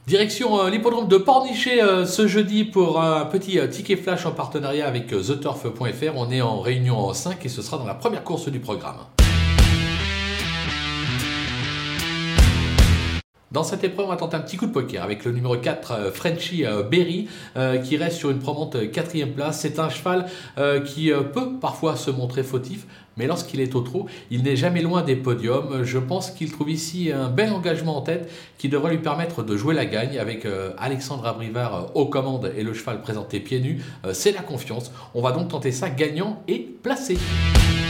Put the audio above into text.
Direction l'hippodrome de Pornichet ce jeudi pour un petit ticket flash en partenariat avec TheTurf.fr. On est en réunion 5 et ce sera dans la première course du programme. Dans cette épreuve, on va tenter un petit coup de poker avec le numéro 4, Frenchy Berry, qui reste sur une probante 4e place. C'est un cheval qui peut parfois se montrer fautif, mais lorsqu'il est au trot, il n'est jamais loin des podiums. Je pense qu'il trouve ici un bel engagement en tête qui devrait lui permettre de jouer la gagne avec Alexandre Abrivard aux commandes et le cheval présenté pieds nus. C'est la confiance. On va donc tenter ça gagnant et placé.